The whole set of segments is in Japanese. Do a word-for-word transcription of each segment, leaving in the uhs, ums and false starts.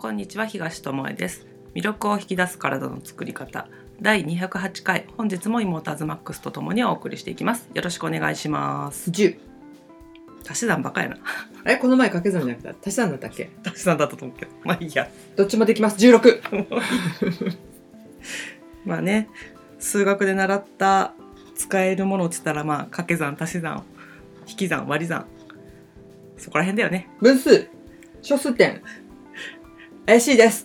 こんにちは、東智恵です。魅力を引き出す体の作り方だいにひゃくはちかい、本日もイモーターズマックスとともにお送りしていきます。よろしくお願いします。 じゅう足し算ばかやな。 えこの前掛け算じゃなくて足し算だったっけ？ 足し算だったと思うけど、まあいいや。 どっちもできます。じゅうろくまあね、数学で習った使えるものをつったら、まあ掛け算、足し算、引き算、割り算、そこら辺だよね。 分数、小数点、怪しいです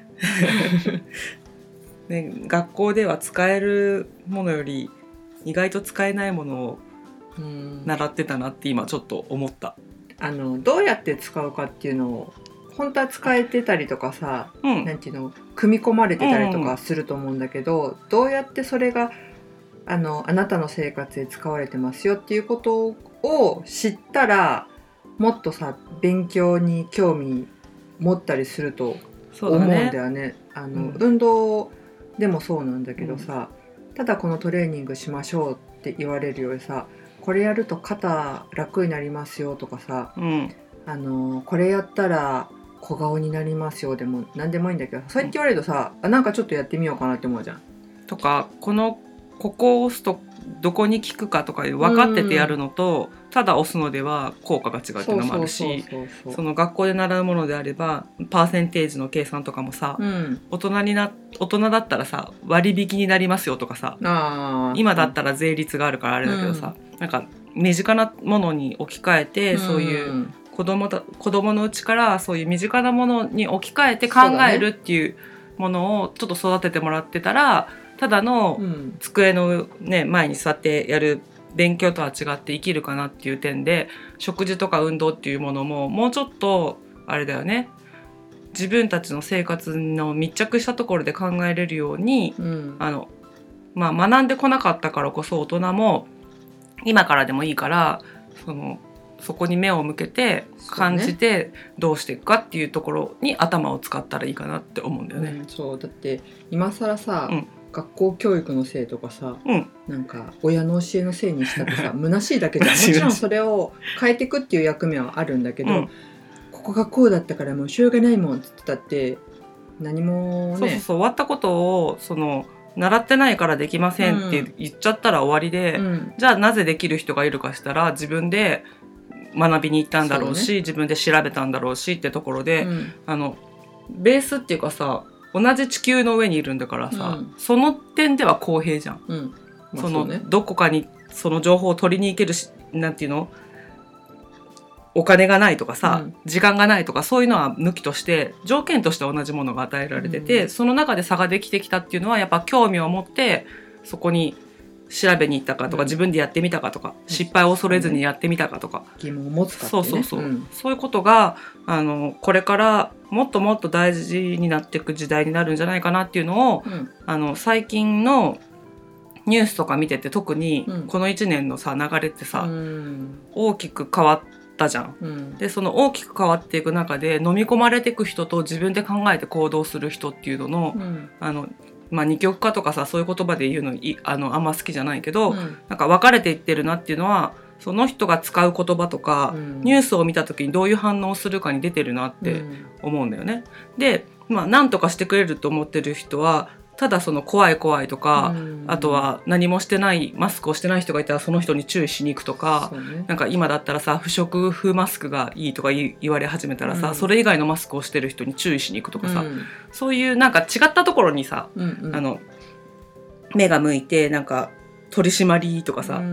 ね、学校では使えるものより意外と使えないものを習ってたなって今ちょっと思った。 あのどうやって使うかっていうのを本当は使えてたりとかさ、うん、なんていうの組み込まれてたりとかすると思うんだけど、うん、どうやってそれがあのあなたの生活で使われてますよっていうことを知ったら、もっとさ勉強に興味持ったりすると思うんだよね。あの、うん、運動でもそうなんだけどさ、うん、ただこのトレーニングしましょうって言われるよりさ、これやると肩楽になりますよとかさ、うん、あのこれやったら小顔になりますよでも何でもいいんだけど、そうやって言われるとさ、うん、なんかちょっとやってみようかなって思うじゃん。とかこのここを押すとどこに効くかとか分かっててやるのと、うん、ただ押すのでは効果が違うっていうのもあるし、その学校で習うものであればパーセンテージの計算とかもさ、うん、大人にな大人だったらさ割引になりますよとかさ、あ今だったら税率があるからあれだけどさ、うん、なんか身近なものに置き換えて、うん、そういう子供だ子供のうちからそういう身近なものに置き換えて考えるっていうものをちょっと育ててもらってたら、ただの机の、ね、前に座ってやる勉強とは違って生きるかなっていう点で、食事とか運動っていうものももうちょっとあれだよね、自分たちの生活の密着したところで考えれるように、うん、あのまあ、学んでこなかったからこそ大人も今からでもいいからそのそこに目を向けて感じてどうしていくかっていうところに頭を使ったらいいかなって思うんだよね。 うん、そうだって今更さ、うん、学校教育のせいとかさ、うん、なんか親の教えのせいにしたってさ虚しいだけじゃん。もちろんそれを変えていくっていう役目はあるんだけど、うん、ここがこうだったからもうしょうがないもんって言ってたって何もね、 そうそうそう、終わったことをその習ってないからできませんって言っちゃったら終わりで、うん、じゃあなぜできる人がいるかしたら自分で学びに行ったんだろうし、ね、自分で調べたんだろうしってところで、うん、あのベースっていうかさ、同じ地球の上にいるんだからさ、うん、その点では公平じゃん、うんまあ、そのそうね、どこかにその情報を取りに行けるし、なんていうの、お金がないとかさ、うん、時間がないとかそういうのは抜きとして条件として同じものが与えられてて、うん、その中で差ができてきたっていうのはやっぱ興味を持ってそこに調べに行ったかとか、うん、自分でやってみたかとか、うん、失敗を恐れずにやってみたかとか、 疑問を持つかってね、 そうそうそう、うん、そういうことがあのこれからもっともっと大事になっていく時代になるんじゃないかなっていうのを、うん、あの最近のニュースとか見てて特にこのいちねんのさ流れってさ、うん、大きく変わったじゃん、うん、でその大きく変わっていく中で飲み込まれていく人と自分で考えて行動する人っていうのの、うん、あのまあ、二極化とかさそういう言葉で言うのい あのあんま好きじゃないけど、うん、なんか分かれていってるなっていうのはその人が使う言葉とか、うん、ニュースを見た時にどういう反応をするかに出てるなって思うんだよね、うん、で、まあ、何とかしてくれると思ってる人はただその怖い怖いとか、うん、あとは何もしてないマスクをしてない人がいたらその人に注意しに行くとか、ね、なんか今だったらさ不織布マスクがいいとか言われ始めたらさ、うん、それ以外のマスクをしてる人に注意しに行くとかさ、うん、そういうなんか違ったところにさ、うんうん、あの目が向いてなんか取り締まりとかさ、うん、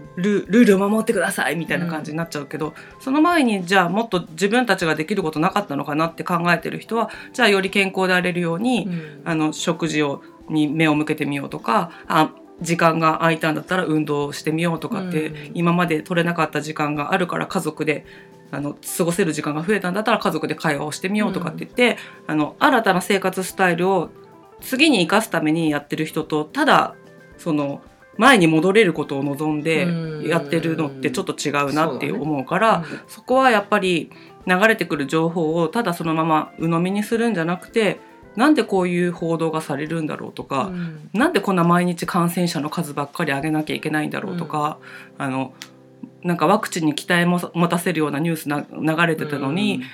ル, ルールを守ってくださいみたいな感じになっちゃうけど、うん、その前にじゃあもっと自分たちができることなかったのかなって考えてる人はじゃあより健康であれるように、うん、あの食事をに目を向けてみようとか、あ時間が空いたんだったら運動してみようとかって、うん、今まで取れなかった時間があるから家族であの過ごせる時間が増えたんだったら家族で会話をしてみようとかって言って、うん、あの新たな生活スタイルを次に生かすためにやってる人とただその前に戻れることを望んでやってるのってちょっと違うなって思うから、 そ, う、ねうん、そこはやっぱり流れてくる情報をただそのまま鵜呑みにするんじゃなくて、なんでこういう報道がされるんだろうとか、うん、なんでこんな毎日感染者の数ばっかり上げなきゃいけないんだろうとか、うん、あのなんかワクチンに期待も持たせるようなニュースな流れてたのに、うん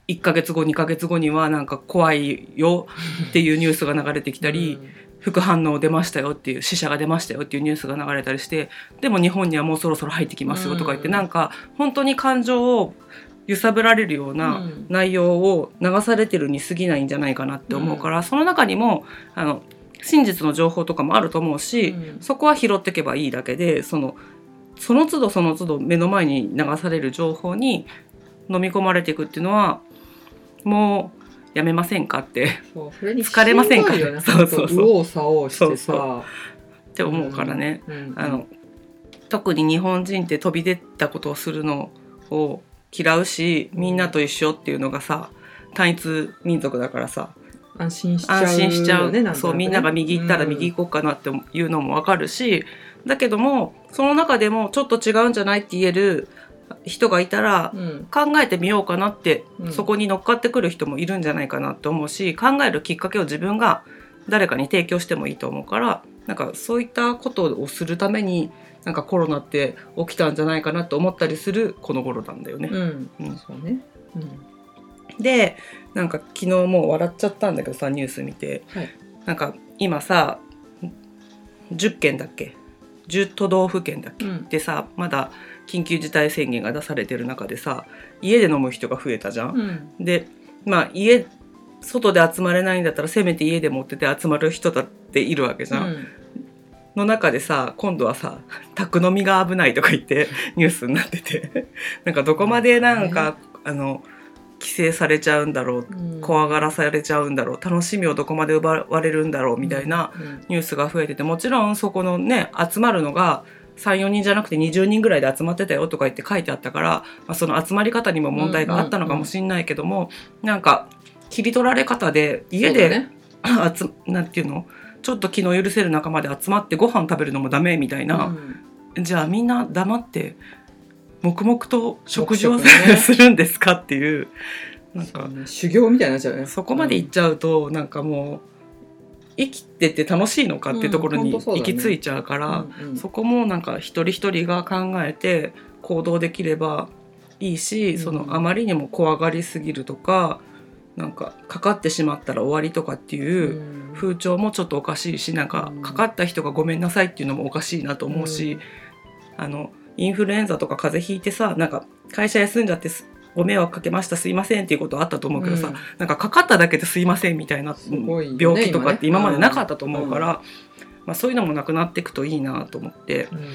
いっかげつごにかげつごにはなんか怖いよっていうニュースが流れてきたり、うん、副反応出ましたよっていう死者が出ましたよっていうニュースが流れたりして、でも日本にはもうそろそろ入ってきますよとか言って、うん、なんか本当に感情を揺さぶられるような内容を流されてるに過ぎないんじゃないかなって思うから、うん、その中にもあの真実の情報とかもあると思うし、うん、そこは拾っていけばいいだけで、そのその都度その都度目の前に流される情報に飲み込まれていくっていうのはもうやめませんかって、 そうそれに疲れませんかって、 そうそうそう、右往左往してさ、そうそうって思うからね、うんうん、あの特に日本人って飛び出たことをするのを嫌うし、みんなと一緒っていうのがさ、単一民族だからさ安心しちゃう、 安心しちゃう、ね、なんかね、そうみんなが右行ったら右行こうかなっていうのも分かるし、うん、だけどもその中でもちょっと違うんじゃないって言える人がいたら、うん、考えてみようかなって、うん、そこに乗っかってくる人もいるんじゃないかなって思うし、考えるきっかけを自分が誰かに提供してもいいと思うから、なんかそういったことをするためになんかコロナって起きたんじゃないかなと思ったりするこの頃なんだよね。 うんうん、そうね、 うん、でなんか昨日もう笑っちゃったんだけどさ、ニュース見て、はい、なんか今さじゅっけんだっけじゅう都道府県だっけ、うん、でさまだ緊急事態宣言が出されてる中でさ、家で飲む人が増えたじゃん、うん、でまあ家外で集まれないんだったらせめて家で持ってて集まる人だっているわけじゃん、うん、の中でさ今度はさ宅飲みが危ないとか言ってニュースになっててなんかどこまでなんか、あの規制されちゃうんだろう、うん、怖がらされちゃうんだろう、楽しみをどこまで奪われるんだろうみたいなニュースが増えてて、もちろんそこのね集まるのがさん、よにんじゃなくてにじゅうにんぐらいで集まってたよとか言って書いてあったから、まあ、その集まり方にも問題があったのかもしれないけども、うんうんうん、なんか切り取られ方で家で、ね、集なんていうのちょっと気の許せる仲間で集まってご飯食べるのもダメみたいな、うん、じゃあみんな黙って黙々と食事を、ね、するんですかっていうなんかね、修行みたいになっちゃうね。 そこまで行っちゃうと、うん、なんかもう生きてて楽しいのかっていうところに行き着いちゃうから、うん そ, う、ねうんうん、そこもなんか一人一人が考えて行動できればいいし、うん、そのあまりにも怖がりすぎるとかなんかかかってしまったら終わりとかっていう風潮もちょっとおかしいし、なんかかかった人がごめんなさいっていうのもおかしいなと思うし、うん、あのインフルエンザとか風邪ひいてさ、なんか会社休んじゃってご迷惑かけましたすいませんっていうことあったと思うけどさ、うん、なんかかかっただけですいませんみたいな病気とかって今までなかったと思うから、まあ、そういうのもなくなっていくといいなと思って、うん、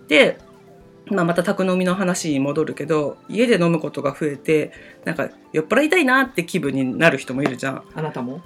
で、まあ、また宅飲みの話に戻るけど、家で飲むことが増えてなんか酔っ払いたいなって気分になる人もいるじゃん。 あなたも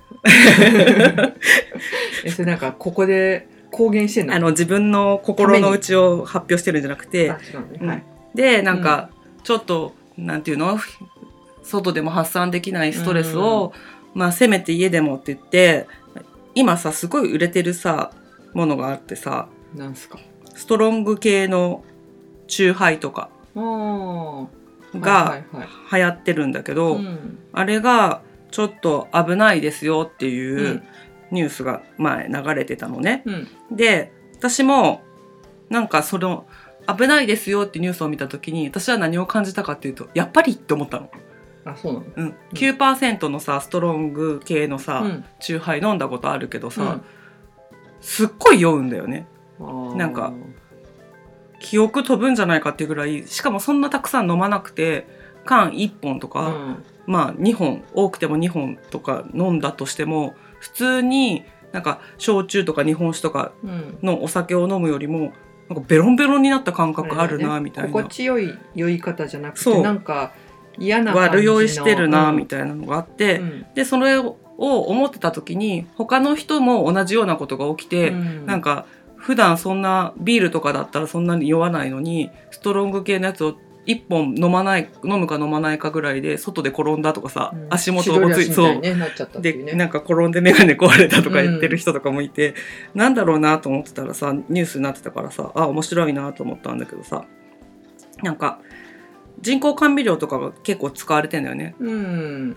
えそれなんかここで公言してんの？ あの自分の心の内を発表してるんじゃなくて、ねはい、でなんかちょっと、うん、なんていうの外でも発散できないストレスを、うんまあ、せめて家でもって言って今さすごい売れてるさものがあってさ、 なんすかストロング系のチューハイとかが流行ってるんだけど、はいはいはいうん、あれがちょっと危ないですよっていうニュースが前流れてたのね、うん、で私もなんかその危ないですよってニュースを見た時に私は何を感じたかっていうとやっぱりって思ったの。 あ、そうなの？ うん、きゅうパーセント のさストロング系のさ、うん、チューハイ飲んだことあるけどさ、うん、すっごい酔うんだよね。なんか記憶飛ぶんじゃないかっていうぐらい、しかもそんなたくさん飲まなくて缶いっぽんとか、うん、まあにほん多くてもにほんとか飲んだとしても普通になんか焼酎とか日本酒とかのお酒を飲むよりもなんかベロンベロンになった感覚あるなみたいな、 ね、心地よい酔い方じゃなくてなんか嫌な感じの悪酔いしてるなみたいなのがあって、うん、でそれを思ってた時に他の人も同じようなことが起きて、うん、なんか普段そんなビールとかだったらそんなに酔わないのにストロング系のやつをいっぽん飲まない飲むか飲まないかぐらいで外で転んだとかさ、うん、足元をついそうでなんか転んで眼鏡壊れたとか言ってる人とかもいて、うん、なんだろうなと思ってたらさニュースになってたからさあ面白いなと思ったんだけどさ、なんか人工甘味料とかが結構使われてんだよね、うん、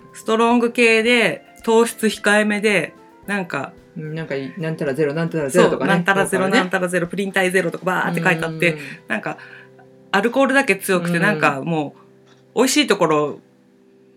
ストロング系で糖質控えめでなんかなんかなんたらゼロなんたらゼロとかね、 なんたらゼロ、ね、なんたらゼロプリン体ゼロとかバーって書いてあって、うんなんかアルコールだけ強くてなんかもう美味しいところ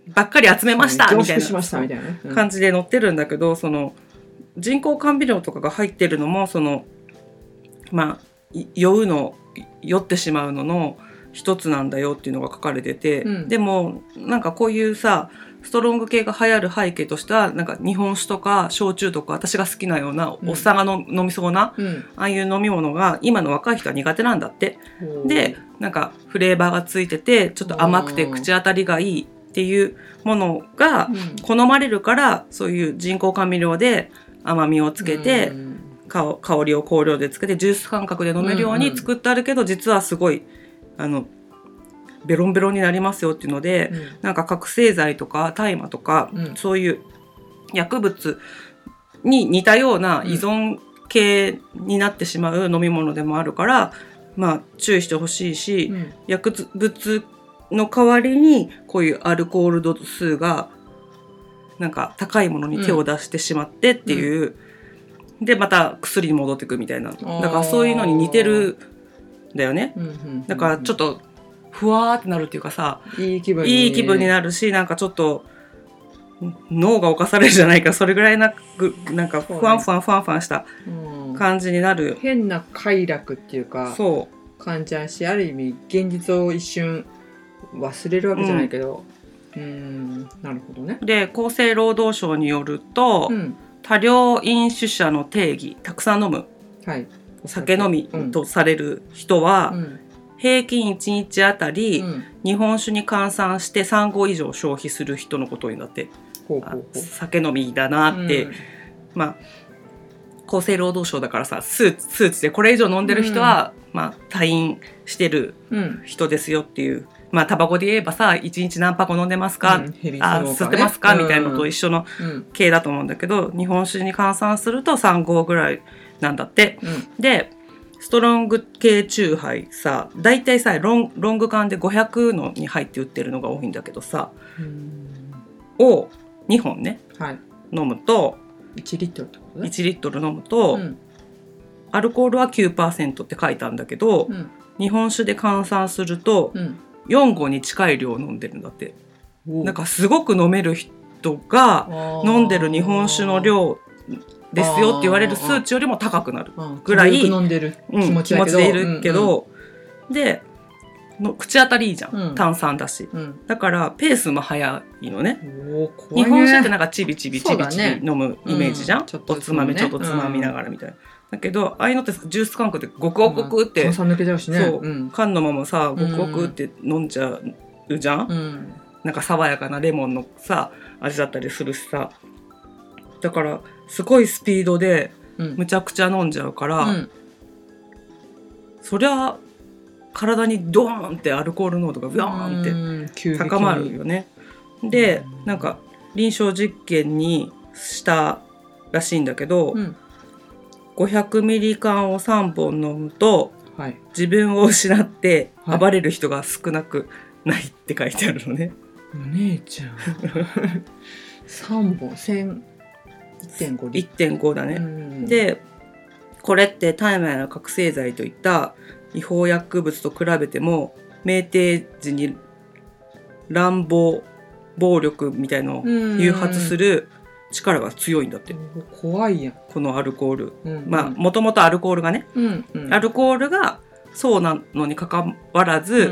ばっかり集めましたみたいな感じで載ってるんだけど、その人工甘味料とかが入ってるのもそのまあ酔うの酔ってしまうのの一つなんだよっていうのが書かれてて、うん、でもなんかこういうさストロング系が流行る背景としてはなんか日本酒とか焼酎とか私が好きなようなおっさんがの、うん、飲みそうな、うん、ああいう飲み物が今の若い人は苦手なんだって。でなんかフレーバーがついててちょっと甘くて口当たりがいいっていうものが好まれるから、うん、そういう人工甘味料で甘みをつけて、うん、香りを香料でつけてジュース感覚で飲めるように作ってあるけど、うんうん、実はすごいあのベロンベロンになりますよっていうので、うん、なんか覚醒剤とか大麻とか、うん、そういう薬物に似たような依存系になってしまう飲み物でもあるから、まあ注意してほしいし、うん、薬物の代わりにこういうアルコール度数がなんか高いものに手を出してしまってっていう、うん、でまた薬に戻ってくみたいな、だからそういうのに似てるんだよね、うんうんうんうん、だからちょっとふわーってなるっていうかさ、 いい気分に、 いい気分になるし、なんかちょっと脳が侵されるじゃないか、それぐらいなくなんかふわんふわんふわんふわんした感じになる、 うん、変な快楽っていうかそう感じやし、ある意味現実を一瞬忘れるわけじゃないけど、うん、うーんなるほどね。 で厚生労働省によると、うん、多量飲酒者の定義、たくさん飲む、はい、酒飲みとされる人は、うん、平均いちにちあたり、うん、日本酒に換算してさん合以上消費する人のことになって、ほうほうほう酒飲みだなって、うん、まあ厚生労働省だからさスーツ、スーツでこれ以上飲んでる人は、うん、まあ退院してる人ですよっていう、まあタバコで言えばさいちにち何箱飲んでますか、うん、あ吸ってますか、うん、みたいなのと一緒の系だと思うんだけど、日本酒に換算するとさん合ぐらいなんだって、うん、でストロング系チューハイさだいたいさロン、ロング缶でごひゃくのに入って売ってるのが多いんだけどさ、をにほんね、はい、飲むといちリットルってことね、 いちリットル飲むと、うん、アルコールは きゅうパーセント って書いたんだけど、うん、日本酒で換算すると、うん、よん合に近い量飲んでるんだって。なんかすごく飲める人が飲んでる日本酒の量ですよって言われる数値よりも高くなるぐらい、 飲んでる気持ちだけど、 うん、気持ちでいるけど、うんうん、での口当たりいいじゃん、うん、炭酸だし、うん、だからペースも早いのね。おー、怖いね。日本酒ってなんかチビチビチビチビ飲むイメージじゃん、うん、ちょっとつまみちょっとつまみながらみたいな、うん、だけどああいうのってジュース感覚でゴクゴクゴクって、 炭酸抜けちゃうしね、 そう、うん、缶のままさゴクゴクって飲んじゃうじゃん、うん、なんか爽やかなレモンのさ味だったりするしさ、だからすごいスピードでむちゃくちゃ飲んじゃうから、うん、そりゃ体にドーンってアルコール濃度がビョーンって高まるよね。でなんか臨床実験にしたらしいんだけど、うん、ごひゃくミリ缶をさんぼん飲むと、はい、自分を失って暴れる人が少なくないって書いてあるのね、 はい、お姉ちゃんさんぼんせん いってんごいってんごだね、うん、でこれって大麻や覚醒剤といった違法薬物と比べても酩酊時に乱暴暴力みたいのを誘発する力が強いんだって。 怖いやんこのアルコール、うんうん、まあもともとアルコールがね、うんうん、アルコールがそうなのにかかわらず、うん、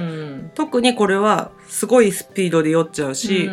特にこれはすごいスピードで酔っちゃうし、うん、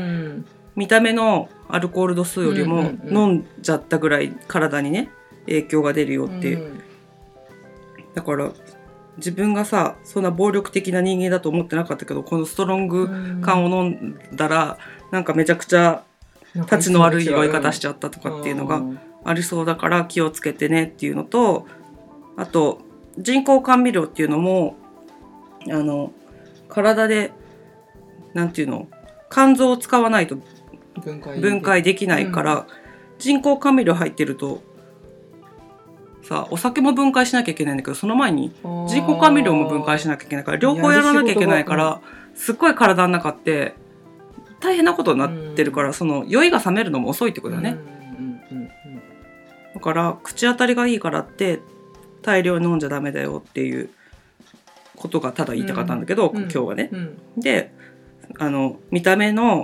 見た目のアルコール度数よりも飲んじゃったぐらい体にね影響が出るよっていう、うん、だから自分がさそんな暴力的な人間だと思ってなかったけど、このストロング缶を飲んだらなんかめちゃくちゃたちの悪い酔い方しちゃったとかっていうのがありそうだから気をつけてねっていうのと、あと人工甘味料っていうのもあの体でなんていうの肝臓を使わないと分解、分解できないから、うん、人工甘味料入ってるとさお酒も分解しなきゃいけないんだけど、その前に人工甘味料も分解しなきゃいけないから両方やらなきゃいけないから、すっごい体の中って大変なことになってるから、その酔いが冷めるのも遅いってことだね。だから口当たりがいいからって大量に飲んじゃダメだよっていうことがただ言いたかったんだけど、今日はね。であの見た目の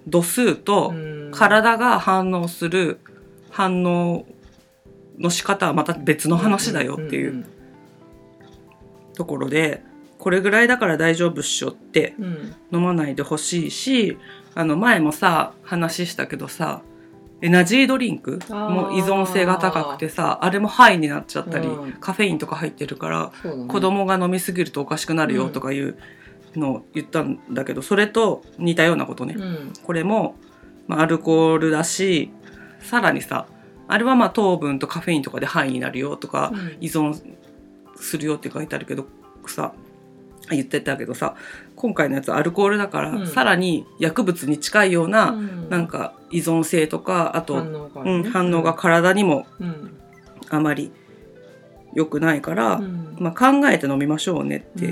度数と体が反応する反応の仕方はまた別の話だよっていうところで、これぐらいだから大丈夫っしょって飲まないでほしいし、あの前もさ話したけどさ、エナジードリンクも依存性が高くてさ、あれもハイになっちゃったり、うん、カフェインとか入ってるから、ね、子供が飲みすぎるとおかしくなるよとかいうのを言ったんだけど、それと似たようなことね、うん、これも、まあ、アルコールだし、さらにさあれはまあ糖分とカフェインとかでハイになるよとか、うん、依存するよって書いてあるけどさ、言ってたけどさ、今回のやつアルコールだから、うん、さらに薬物に近いような、うん、なんか依存性とか、あと反応が、ね、うん、反応が体にもあまり良くないから、うん、まあ、考えて飲みましょうねって、うん、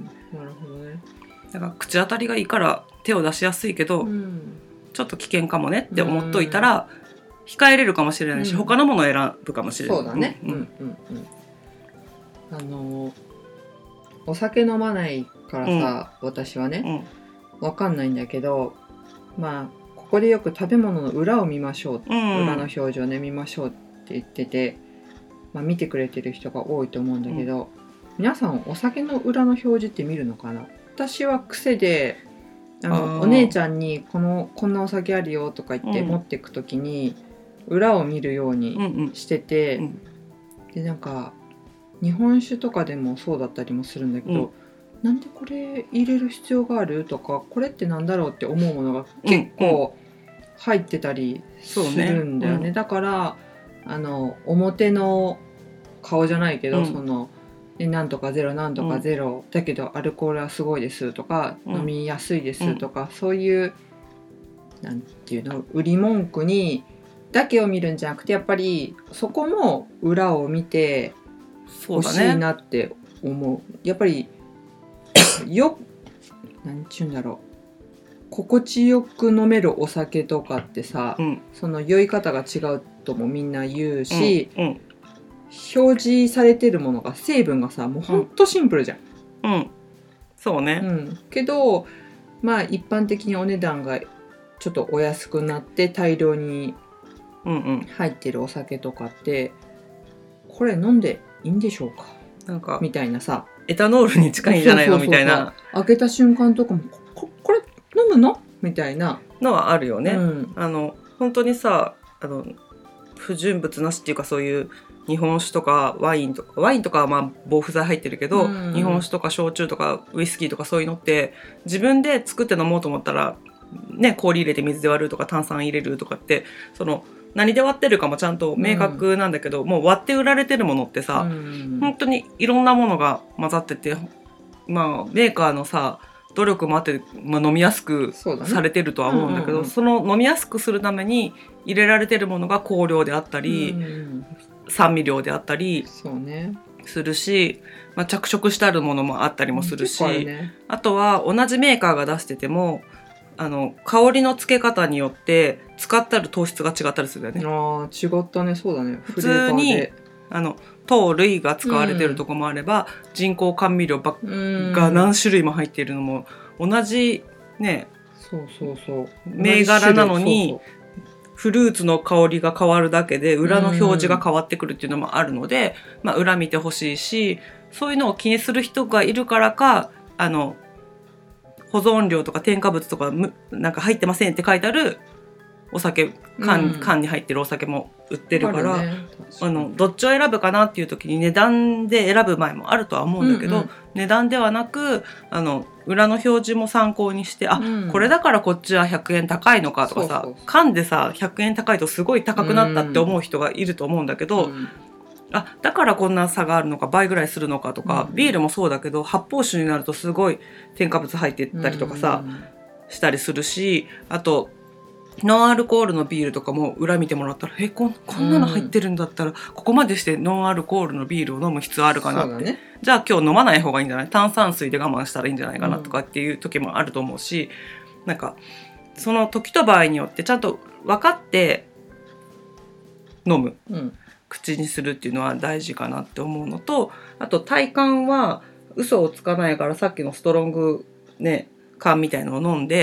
なるほどね。だから口当たりがいいから手を出しやすいけど、うん、ちょっと危険かもねって思っといたら、うん、控えれるかもしれないし、うん、他のものを選ぶかもしれない。 そうだね、うんうんうんうん、あのお酒飲まないからさ、うん、私はね、うん、わかんないんだけど、まあここでよく食べ物の裏を見ましょう、うん、裏の表示をね見ましょうって言ってて、まあ、見てくれてる人が多いと思うんだけど、うん、皆さんお酒の裏の表示って見るのかな？私は癖であのお姉ちゃんにこのこんなお酒あるよとか言って持っていくときに、裏を見るようにしてて、うんうん、でなんか日本酒とかでもそうだったりもするんだけど、うん、なんでこれ入れる必要があるとか、これってなんだろうって思うものが結構入ってたりするんだよね、うんうん、だからあの表の顔じゃないけど、うん、そのなんとかゼロなんとかゼロ、うん、だけどアルコールはすごいですとか、うん、飲みやすいですとか、うん、そういうなんていうの売り文句にだけを見るんじゃなくて、やっぱりそこも裏を見て欲しいなって思う。うやっぱりよなんちゅうんだろう、心地よく飲めるお酒とかってさ、うん、その酔い方が違うともみんな言うし、うんうん、表示されてるものが成分がさもうほんとシンプルじゃん。 うん、うん、そうね、 うん、けどまあ一般的にお値段がちょっとお安くなって大量に入ってるお酒とかって、これ飲んでいいんでしょうか、なんかみたいなさ、 エタノールに近いんじゃないのみたいな、 開けた瞬間とかも こ, これ飲むのみたいなのはあるよね、うん、あの本当にさ、あの不純物なしっていうか、そういう日本酒とかワインとかワインとかはまあ防腐剤入ってるけど、うん、日本酒とか焼酎とかウイスキーとかそういうのって自分で作って飲もうと思ったらね、氷入れて水で割るとか炭酸入れるとかって、その何で割ってるかもちゃんと明確なんだけど、うん、もう割って売られてるものってさ、うん、本当にいろんなものが混ざってて、まあメーカーのさ努力もあって、まあ、飲みやすくされてるとは思うんだけど、 そ,、ねうんうんうん、その飲みやすくするために入れられてるものが香料であったり、うん、酸味料であったりするし、まあ、着色してあるものもあったりもするし、あ, ね、あとは同じメーカーが出しててもあの香りの付け方によって使ってある糖質が違ったりするんだよね。 あ違ったね、そうだね。 普通にあの糖類が使われてるとこもあれば、うん、人工甘味料ばっが何種類も入っているのも同じね、 そうそうそう銘柄なのに、そうそうフルーツの香りが変わるだけで裏の表示が変わってくるっていうのもあるので、まあ、裏見てほしいし、そういうのを気にする人がいるからか、あの保存料とか添加物とかなんか入ってませんって書いてあるお酒 缶,、うん、缶に入ってるお酒も売ってるから、ね、あのどっちを選ぶかなっていう時に値段で選ぶ前もあるとは思うんだけど、うんうん、値段ではなくあの裏の表示も参考にして、あ、うん、これだからこっちはひゃくえん高いのかとかさ、そうそうそう、缶でさひゃくえん高いとすごい高くなったって思う人がいると思うんだけど、うん、あ、だからこんな差があるのか、倍ぐらいするのかとか、うん、ビールもそうだけど発泡酒になるとすごい添加物入ってったりとかさ、うん、したりするし、あとノンアルコールのビールとかも裏見てもらったら、え こ, こんなの入ってるんだったら、うん、ここまでしてノンアルコールのビールを飲む必要あるかなって、ね、じゃあ今日飲まない方がいいんじゃない、炭酸水で我慢したらいいんじゃないかなとかっていう時もあると思うし、うん、なんかその時と場合によってちゃんと分かって飲む、うん、口にするっていうのは大事かなって思うのと、あと体感は嘘をつかないから、さっきのストロングね缶みたいなのを飲んで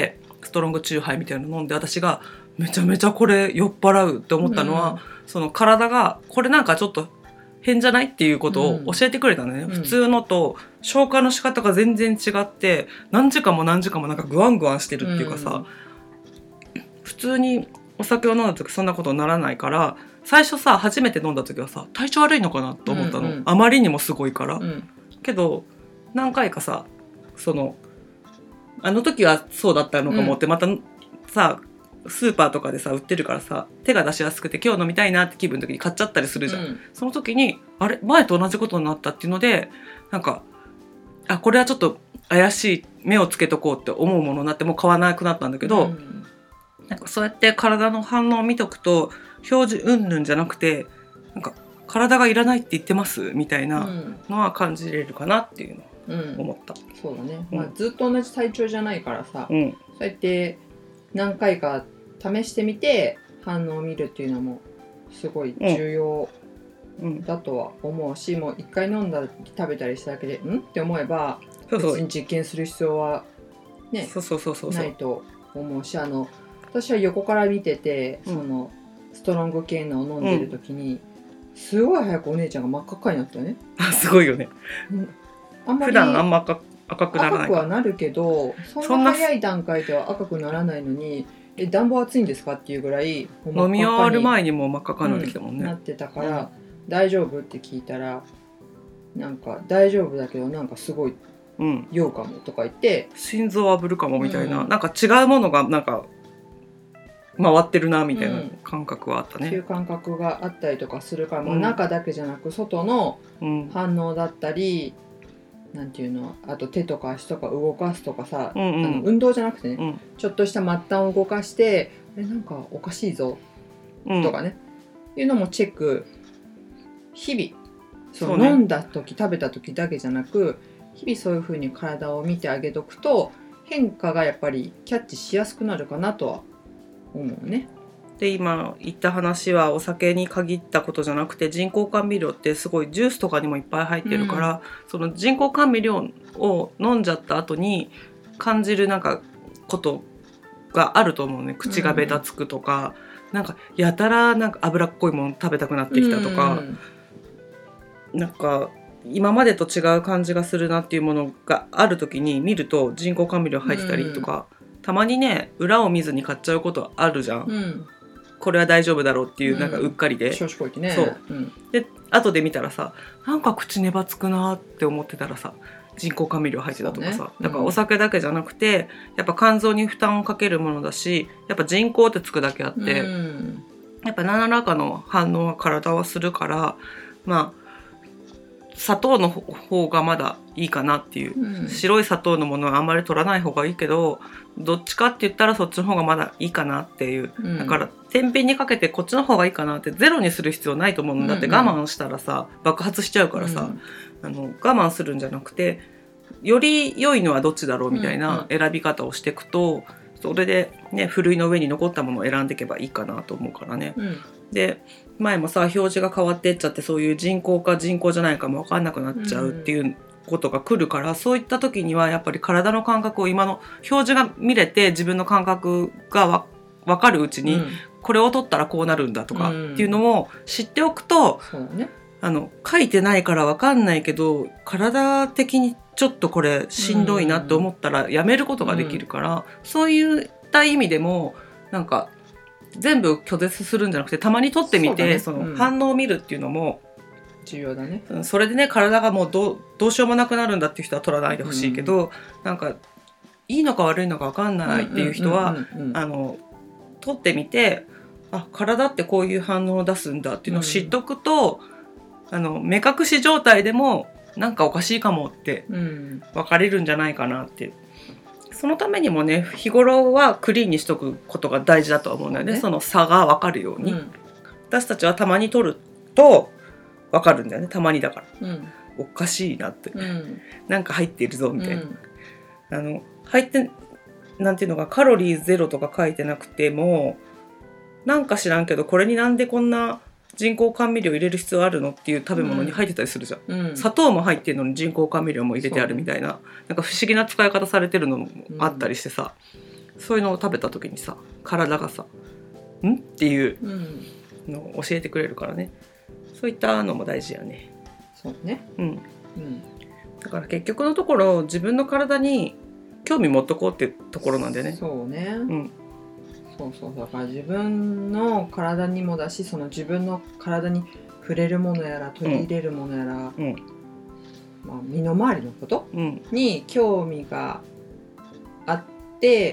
ストロングチューハイみたいなの飲んで、私がめちゃめちゃこれ酔っ払うって思ったのは、うん、その体がこれなんかちょっと変じゃないっていうことを教えてくれたのね、うん、普通のと消化の仕方が全然違って何時間も何時間もなんかグワングワンしてるっていうかさ、うん、普通にお酒を飲んだ時そんなことにならないから、最初さ初めて飲んだ時はさ体調悪いのかなと思ったの、うんうん、あまりにもすごいから、うん、けど何回かさそのあの時はそうだったのかもって、うん、またさスーパーとかでさ売ってるからさ手が出しやすくて今日飲みたいなって気分の時に買っちゃったりするじゃん、うん、その時にあれ前と同じことになったっていうのでなんかあこれはちょっと怪しい目をつけとこうって思うものになってもう買わなくなったんだけど、うん、なんかそうやって体の反応を見とくと表示うんぬんじゃなくてなんか体がいらないって言ってますみたいなのは感じれるかなっていうのを思った、 うん、そうだね、まあ、ずっと同じ体調じゃないからさ、 うん、 そうやって何回か試してみて反応を見るっていうのもすごい重要だとは思うし、うん、もう一回飲んだり食べたりしただけでんって思えば別に実験する必要はねないと思うし、あの私は横から見てて、うん、そのストロング系のを飲んでる時に、うん、すごい早くお姉ちゃんが真っ赤っかになったよね。 あすごいよね、うん、あんまり普段あんま赤赤くならない赤くはなるけどそんな早い段階では赤くならないのにえ暖房暑いんですかっていうぐらい飲み終わる前にもう真っ赤っかになってきたもんね、 うん、なってたから、うん、大丈夫って聞いたらなんか大丈夫だけどなんかすごい酔うかもとか言って、 うん、心臓あぶるかもみたいな、うん、なんか違うものがなんか回ってるなみたいな感覚はあったね、 うん、そういう感覚があったりとかするから、うん、まあ、中だけじゃなく外の反応だったり、うん、なんていうのあと手とか足とか動かすとかさ、うんうん、あの運動じゃなくてね、うん、ちょっとした末端を動かしてえなんかおかしいぞとかね、うん、いうのもチェック日々その、ね、飲んだ時食べた時だけじゃなく日々そういう風に体を見てあげとくと変化がやっぱりキャッチしやすくなるかなとは思うね。 で今言った話はお酒に限ったことじゃなくて人工甘味料ってすごいジュースとかにもいっぱい入ってるから、うん、その人工甘味料を飲んじゃった後に感じるなんかことがあると思うね。口がベタつくとか、うん、なんかやたらなんか脂っこいもの食べたくなってきたとか、うん、なんか今までと違う感じがするなっていうものがある時に見ると人工甘味料入ってたりとか、うん、たまにね裏を見ずに買っちゃうことあるじゃん、うん、これは大丈夫だろうっていうなんかうっかりで、 少々こいてね、 そう、うん、で後で見たらさなんか口ねばつくなって思ってたらさ人工甘味料入ってたとかさ、ね、うん、だからお酒だけじゃなくてやっぱ肝臓に負担をかけるものだしやっぱ人工ってつくだけあって、うん、やっぱ何らかの反応は体はするからまあ砂糖の方がまだいいかなっていう、うん、白い砂糖のものはあんまり取らない方がいいけどどっちかって言ったらそっちの方がまだいいかなっていう、うん、だから天秤にかけてこっちの方がいいかなってゼロにする必要ないと思うんだって、我慢したらさ爆発しちゃうからさ、うん、あの我慢するんじゃなくてより良いのはどっちだろうみたいな選び方をしていくと、それでねふるいの上に残ったものを選んでいけばいいかなと思うからね、うん、で前もさ表示が変わってっちゃってそういう人工か人工じゃないかも分かんなくなっちゃうっていうことが来るから、うん、そういった時にはやっぱり体の感覚を今の表示が見れて自分の感覚がわ分かるうちに、うん、これを取ったらこうなるんだとかっていうのを知っておくと、 うん、そうね、 あの書いてないから分かんないけど体的にちょっとこれしんどいなと思ったらやめることができるから、うん、そういった意味でもなんか全部拒絶するんじゃなくてたまに取ってみて そ,、ね、その反応を見るっていうのも重要だね、 うん、それでね体がもう ど, うどうしようもなくなるんだっていう人は取らないでほしいけど、うん、なんかいいのか悪いのか分かんないっていう人は取ってみてあ体ってこういう反応を出すんだっていうのを知っとくと、うん、あの目隠し状態でもなんかおかしいかもって分かれるんじゃないかなって、うん、そのためにもね日頃はクリーンにしとくことが大事だと思うんだよね、ね、その差が分かるように、うん、私たちはたまに取ると分かるんだよね、たまにだから、うん、おかしいなって、うん、なんか入ってるぞみたいな、うん、あの入ってなんていうのかカロリーゼロとか書いてなくてもなんか知らんけどこれになんでこんな人工甘味料入れる必要あるのっていう食べ物に入ってたりするじゃん、うん、砂糖も入ってるのに人工甘味料も入れてあるみたいな、なんか不思議な使い方されてるのもあったりしてさ、 そういうのを食べた時にさ体がさんっていうのを教えてくれるからね、そういったのも大事やね。 そうね、 うんうん、だから結局のところ自分の体に興味持っとこうっていうところなんでね。 そうね、 うん、 そうそうだから自分の体にもだし、その自分の体に触れるものやら取り入れるものやら、うん、まあ、身の回りのことに興味があって、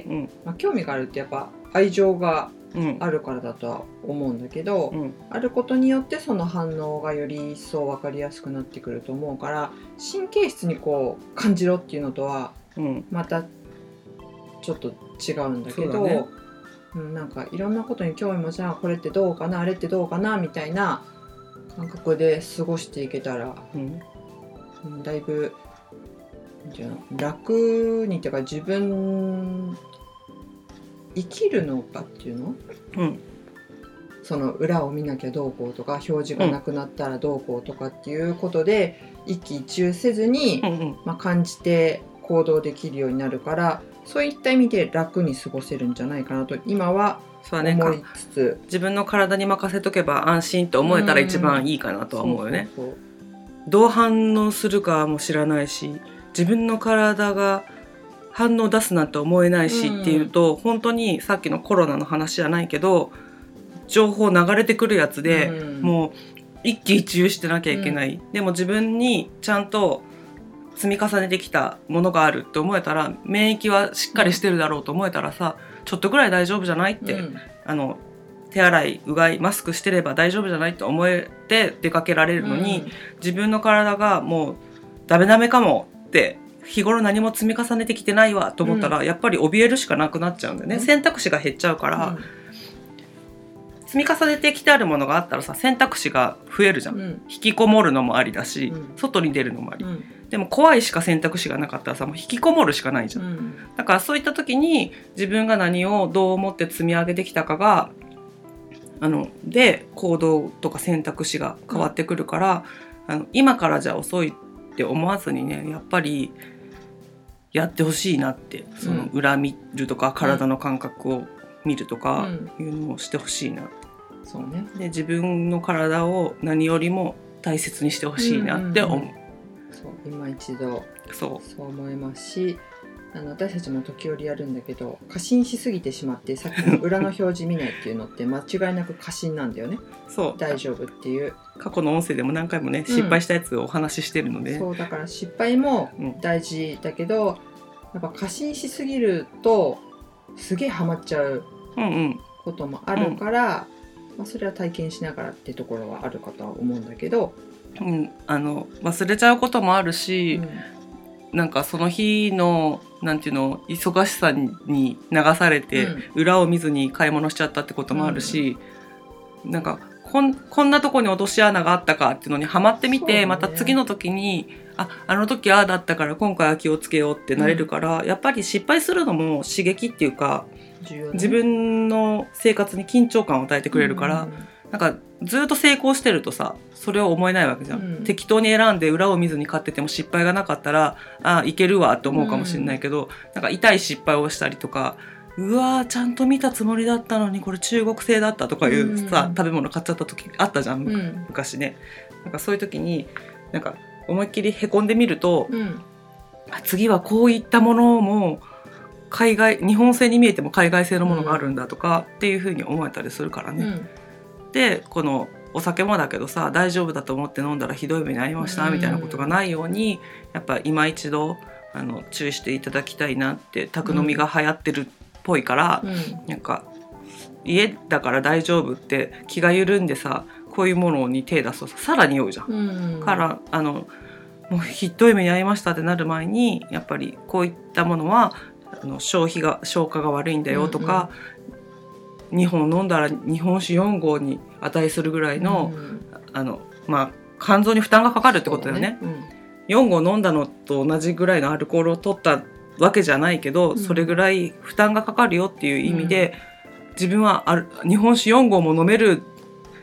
うん、まあ、興味があるってやっぱ愛情があるからだとは思うんだけど、うん、あることによってその反応がより一層分かりやすくなってくると思うから、神経質にこう感じろっていうのとはまたちょっと違うんだけど、ね、うん、なんかいろんなことに興味持ちながらこれってどうかなあれってどうかなみたいな感覚で過ごしていけたら、うん、だいぶじゃ楽にっていうか自分生きるのかっていうの、うん、その裏を見なきゃどうこうとか表示がなくなったらどうこうとかっていうことで一喜一憂せずに、うんうん、まあ、感じて行動できるようになるから、そういった意味で楽に過ごせるんじゃないかなと今は思いつつ、 ね、自分の体に任せとけば安心と思えたら一番いいかなとは思うよね。そうそうそう、どう反応するかも知らないし、自分の体が反応出すなんて思えないしっていうと、うん、本当にさっきのコロナの話じゃないけど情報流れてくるやつで、うん、もう一喜一憂してなきゃいけない、うん、でも自分にちゃんと積み重ねてきたものがあるって思えたら、免疫はしっかりしてるだろうと思えたらさ、ちょっとぐらい大丈夫じゃないって、うん、あの手洗いうがいマスクしてれば大丈夫じゃないって思えて出かけられるのに、うん、自分の体がもうダメダメかもって日頃何も積み重ねてきてないわと思ったら、うん、やっぱり怯えるしかなくなっちゃうんだよね、うん、選択肢が減っちゃうから、うん、積み重ねてきてあるものがあったらさ選択肢が増えるじゃん、うん、引きこもるのもありだし、うん、外に出るのもあり、うん、でも怖いしか選択肢がなかったらさもう引きこもるしかないじゃん、うん、だからそういった時に自分が何をどう思って積み上げてきたかがあので行動とか選択肢が変わってくるから、うん、あの今からじゃ遅いって思わずにね、やっぱりやってほしいなって、その裏見るとか、うん、体の感覚を見るとかいうのをしてほしいな、うん、 そうね、 で自分の体を何よりも大切にしてほしいなって思う、うんうんうん、 そう今一度そうそう思いますし、あの私たちも時折やるんだけど過信しすぎてしまってさっきの裏の表示見ないっていうのって間違いなく過信なんだよね。そう大丈夫っていう過去の音声でも何回もね、うん、失敗したやつをお話ししてるので、 そうだから失敗も大事だけど、うん、やっぱ過信しすぎるとすげえハマっちゃうこともあるから、うんうん、まあ、それは体験しながらってところはあるかとは思うんだけど、 うん、あの忘れちゃうこともあるし、うん、なんかその日のなんていうの忙しさに流されて、うん、裏を見ずに買い物しちゃったってこともあるし、うん、なんかこ ん, こんなとこに落とし穴があったかっていうのにハマってみて、ね、また次の時にああの時ああだったから今回は気をつけようってなれるから、うん、やっぱり失敗するのも刺激っていうか、ね、自分の生活に緊張感を与えてくれるから、うん、なんかずっと成功してるとさそれを思えないわけじゃん、うん、適当に選んで裏を見ずに買ってても失敗がなかったらあいけるわって思うかもしれないけど、うん、なんか痛い失敗をしたりとか、うわーちゃんと見たつもりだったのにこれ中国製だったとかいうさ、うん、食べ物買っちゃった時あったじゃん、うん、昔ね。なんかそういう時になんか思いっきりへこんでみると、うん、次はこういったものも海外日本製に見えても海外製のものがあるんだとかっていう風に思えたりするからね、うん、でこのお酒もだけどさ大丈夫だと思って飲んだらひどい目に遭いましたみたいなことがないように、やっぱ今一度あの注意していただきたいなって。宅飲みが流行ってるっぽいから、うん、なんか家だから大丈夫って気が緩んでさこういうものに手出すとさらに酔うじゃん、うん、からあのもうひどい目に遭いましたってなる前にやっぱりこういったものはあの消費が消化が悪いんだよとか、うんうん、にほん飲んだら日本酒よんごうに値するぐらいの、うん、あのまあ肝臓に負担がかかるってことだよね、うん、よんごう飲んだのと同じぐらいのアルコールを取ったわけじゃないけど、うん、それぐらい負担がかかるよっていう意味で、うん、自分はある日本酒よんごうも飲める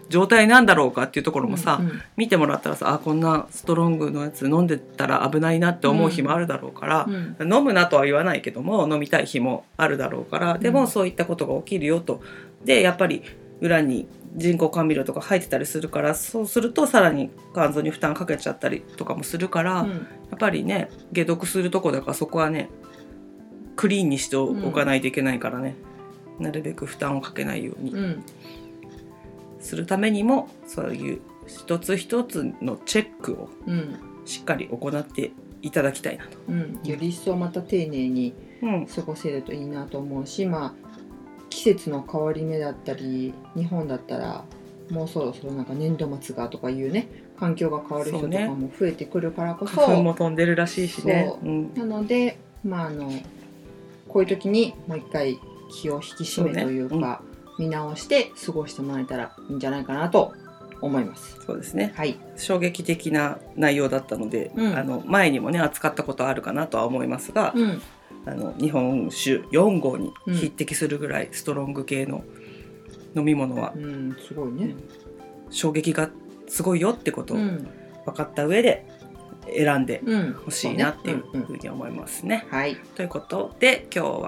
状態なんだろうかっていうところもさ、 うんうん、 見てもらったらさ、あこんなストロングのやつ飲んでたら危ないなって思う日もあるだろうから、うんうん、飲むなとは言わないけども飲みたい日もあるだろうから、でもそういったことが起きるよと。でやっぱり裏に人工甘味料とか入ってたりするから、そうするとさらに肝臓に負担かけちゃったりとかもするから、うん、やっぱりね解毒するとこだからそこはねクリーンにしておかないといけないからね、うん、なるべく負担をかけないようにするためにも、そういう一つ一つのチェックをしっかり行っていただきたいなと、 うん、より一層また丁寧に過ごせるといいなと思うし、まあ季節の変わり目だったり、日本だったらもうそろそろなんか年度末がとかいうね環境が変わる人とかも増えてくるからこそ、 花粉も飛んでるらしいしね、 うん、なのでまああのこういう時にもう一回気を引き締めというか、ね、うん、見直して過ごしてもらえたらいいんじゃないかなと思います。 そうですね、 はい、 衝撃的な内容だったので、うん、あの前にもね扱ったことあるかなとは思いますが、うん、あの日本酒よん号に匹敵するぐらいストロング系の飲み物は、 うん、すごいね、 衝撃がすごいよってことを分かった上で選んでほしいなっていうふうに思いますね。 はい、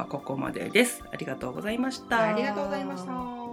ということで今日はここまでです。ありがとうございました。 ありがとうございました。